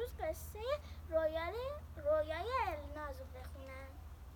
امروز قصه رویای الناز رو بخونم.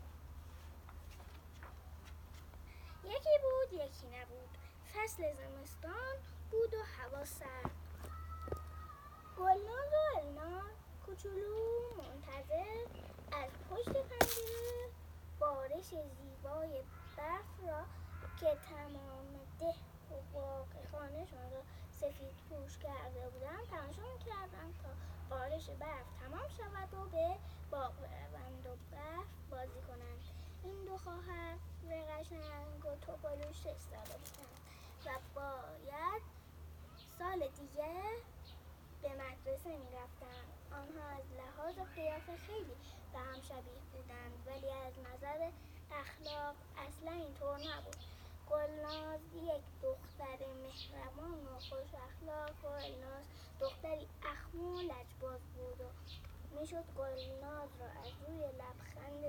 یکی بود یکی نبود، فصل زمستان بود و هوا سرد. گلناز و الناز کوچولو منتظر از پشت پنجره بارش زیبای برف را که تمام ده و باغ خانه‌شان را سفید پوش کرده بودند تماشا می‌کردند تا بارش برف تمام شود و به باغ بروند و برف بازی کنند. این دو خواهر قشنگ و توپالو 6 ساله بودند و باید سال دیگه به مدرسه می‌رفتند. آنها از لحاظ قیافه خیلی به هم شبیه بودند، ولی از نظر اخلاق اصلا اینطور نبود. گلناز یک دختر مهربان و خوش اخلاق و الناز دختری اخم و لجباز بود و میشد گلناز را از روی لبخند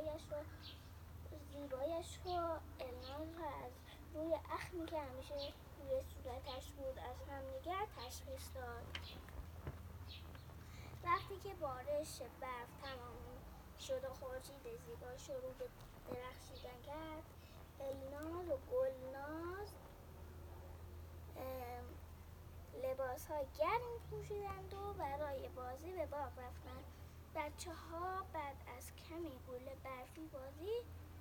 زیبایش و الناز را از روی اخمی که همیشه روی صورتش بود از همدیگر تشخیص داد. وقتی که بارش برف تمام شد و خورشید زیبا شروع به درخشیدن کرد، الناز و گلناز لباس‌های گرم پوشیدند و برای بازی به باغ رفتند. بچه‌ها بعد از کمی گل برفی بازی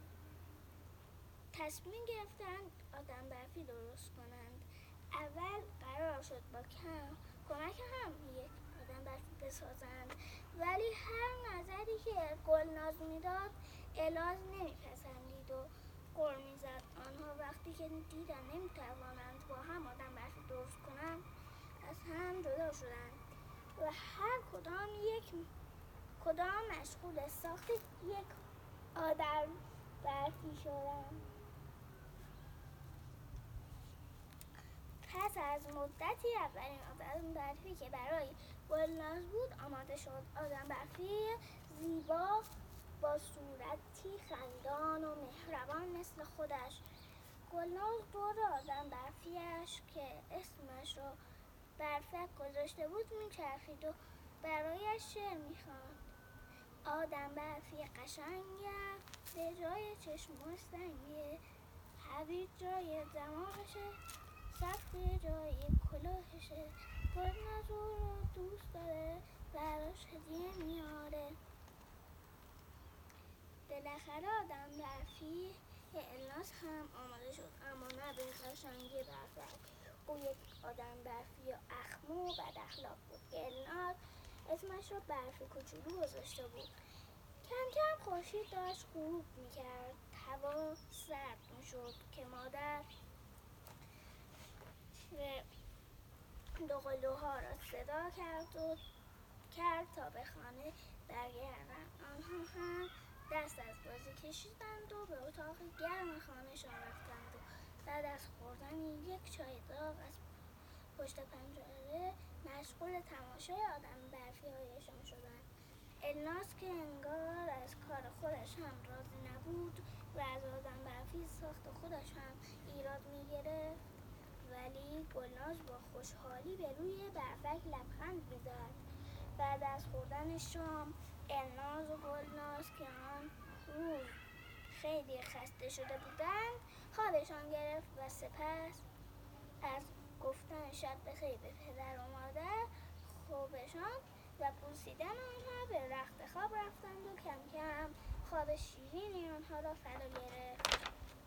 تصمیم گرفتند آدم برفی درست کنند. اول قرار شد با کمک هم یک آدم برفی بسازند، ولی هر نظری که گلناز میداد الناز نمیپسندید و غر میزد. آنها وقتی که دیدن نمیتوانند با هم آدم برفی درست کنند از هم جدا شدند و هر کدام مشغول ساخت یک آدم برفی شدند. پس از مدتی اولین آدم برفی که برای گلناز بود آماده شد. آدم برفی زیبا با صورتی خندان و مهربان مثل خودش. گلناز دور آدم برفیش که اسمش را برفک گذاشته بود میچرخید و برایش شعر میخواند. آدم برفی قشنگم به جای چشم سنگه، هویج جای دماغشه، سبز جای کلاهشه، گلناز او رو دوست داره براش هدیه میاره. بالاخره آدم برفی الناز هم آماده شد، اما نه به قشنگی برفک. او یک آدم برفی اخم و بد اخلاق بود. الناز اسمش رو برفی کوچولو گذاشته بود. کم کم خورشید داشت غروب میکرد، هوا سرد میشد که مادر دوقلوها را صدا کرد تا به خانه برگردند. آنها هم دست از بازی کشیدند و به اتاق گرم خانهشان رفتند و بعد از خوردن یک چای داغ از پشت پنجره مشغول تماشای آدم برفی هایشان شدند. الناز که انگار از کار خودش هم راضی نبود و از آدم برفی ساخت خودش هم ایراد میگرفت، ولی گلناز با خوشحالی به روی برفک لبخند میزد. بعد از خوردن شام الناز و گلناز که آن روز خیلی خسته شده بودند خوابشان گرفت و سپس از گفتن شب بخیر به پدر و مادر خوابشان و بوسیدن آنها به رخت خواب رفتند و کم کم خواب شیرینی آنها را فرا گرفت.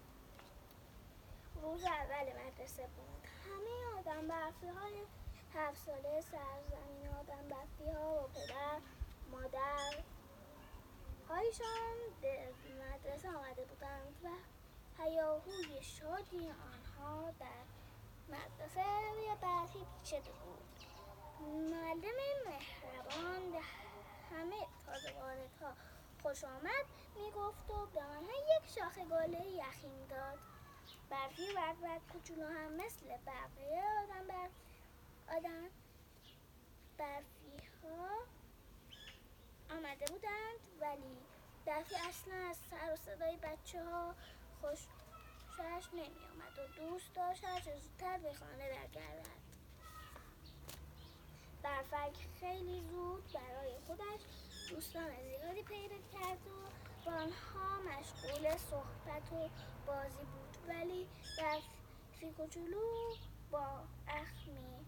روز اول مدرسه بود. همه آدم برفی های 7 ساله سرزمین آدم برفی ها و پدر مادر هایشان به مدرسه آمده بودند و هیاهوی شادی آنها در مدرسه برفی پیچیده بود. معلم مهربان به همه تازه واردها خوش آمد میگفت و به آنها یک شاخه گل یخی میداد. برفی و کوچولو هم مثل بقیه آدم برفی ها آمده بودند، ولی برفی اصلا از سر و صدای بچه ها خوشش نمی آمد و دوست داشت هرچه زودتر به خانه برگردد. برفک خیلی زود برای خودش دوستان زیادی پیدا کرد و با آنها مشغول صحبت و بازی بود، ولی برفی کوچولو با اخمی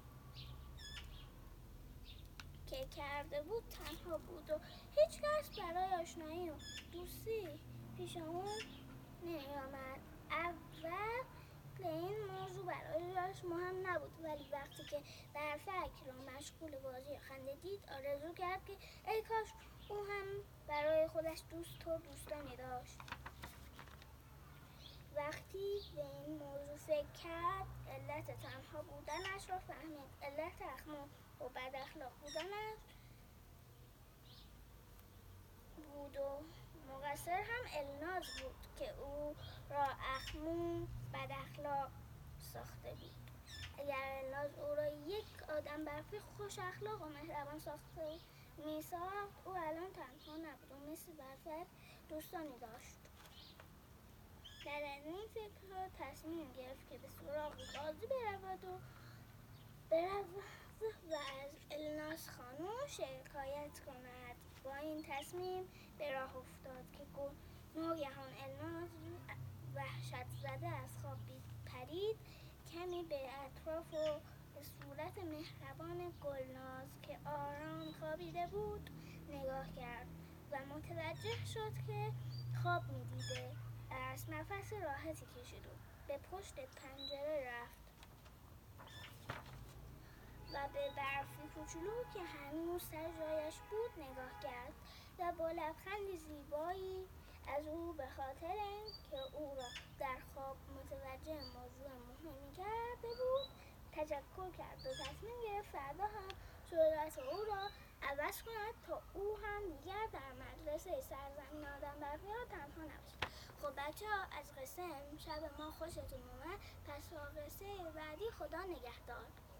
که کرده بود تنها بود و هیچ کس برای آشنایی و دوستی پیش اون نمی آمد. اول این موضوع برایش مهم نبود، ولی وقتی که برفک را مشغول بازی و خنده دید آرزو کرد که ای کاش او هم برای خودش دوست و دوستانی داشت. وقتی به این موضوع فکر کرد علت تنها بودنش را فهمید. علت احمق و بد اخلاق بودنش بود و مقصر هم الناز بود که او را احمق بد اخلاق ساخته بود. اگر الناز او را یک آدم برفی خوش اخلاق و مهربان ساخته میساخت او الان تنها نبود و مثل برفک دوستانی داشت. در این فکر تصمیم گرفت که به سراغ قاضی برود و از الناز خانم شکایت کند. با این تصمیم به راه افتاد که ناگهان الناز وحشت زده از خواب پرید. کمی به اطراف و به صورت مهربان گلناز که آرام خوابیده بود نگاه کرد و متوجه شد که خواب می‌دیده. از نفس راحتی کشید و به پشت پنجره رفت و به برفی کوچولو که هنوز سر جایش بود نگاه کرد و با لبخند زیبایی از او به خاطر اینکه او را در خواب متوجه موضوع مهمی کرده بود تشکر کرد و تصمیم گرفت فردا هم صورت او را عوض کند تا او هم دیگر در مدرسه سرزمین آدم برفی‌ها تنها نباشد. خب بچه‌ها، از قصه امشب ما خوشتون اومد؟ پس تا قصه بعدی خدا نگهدار.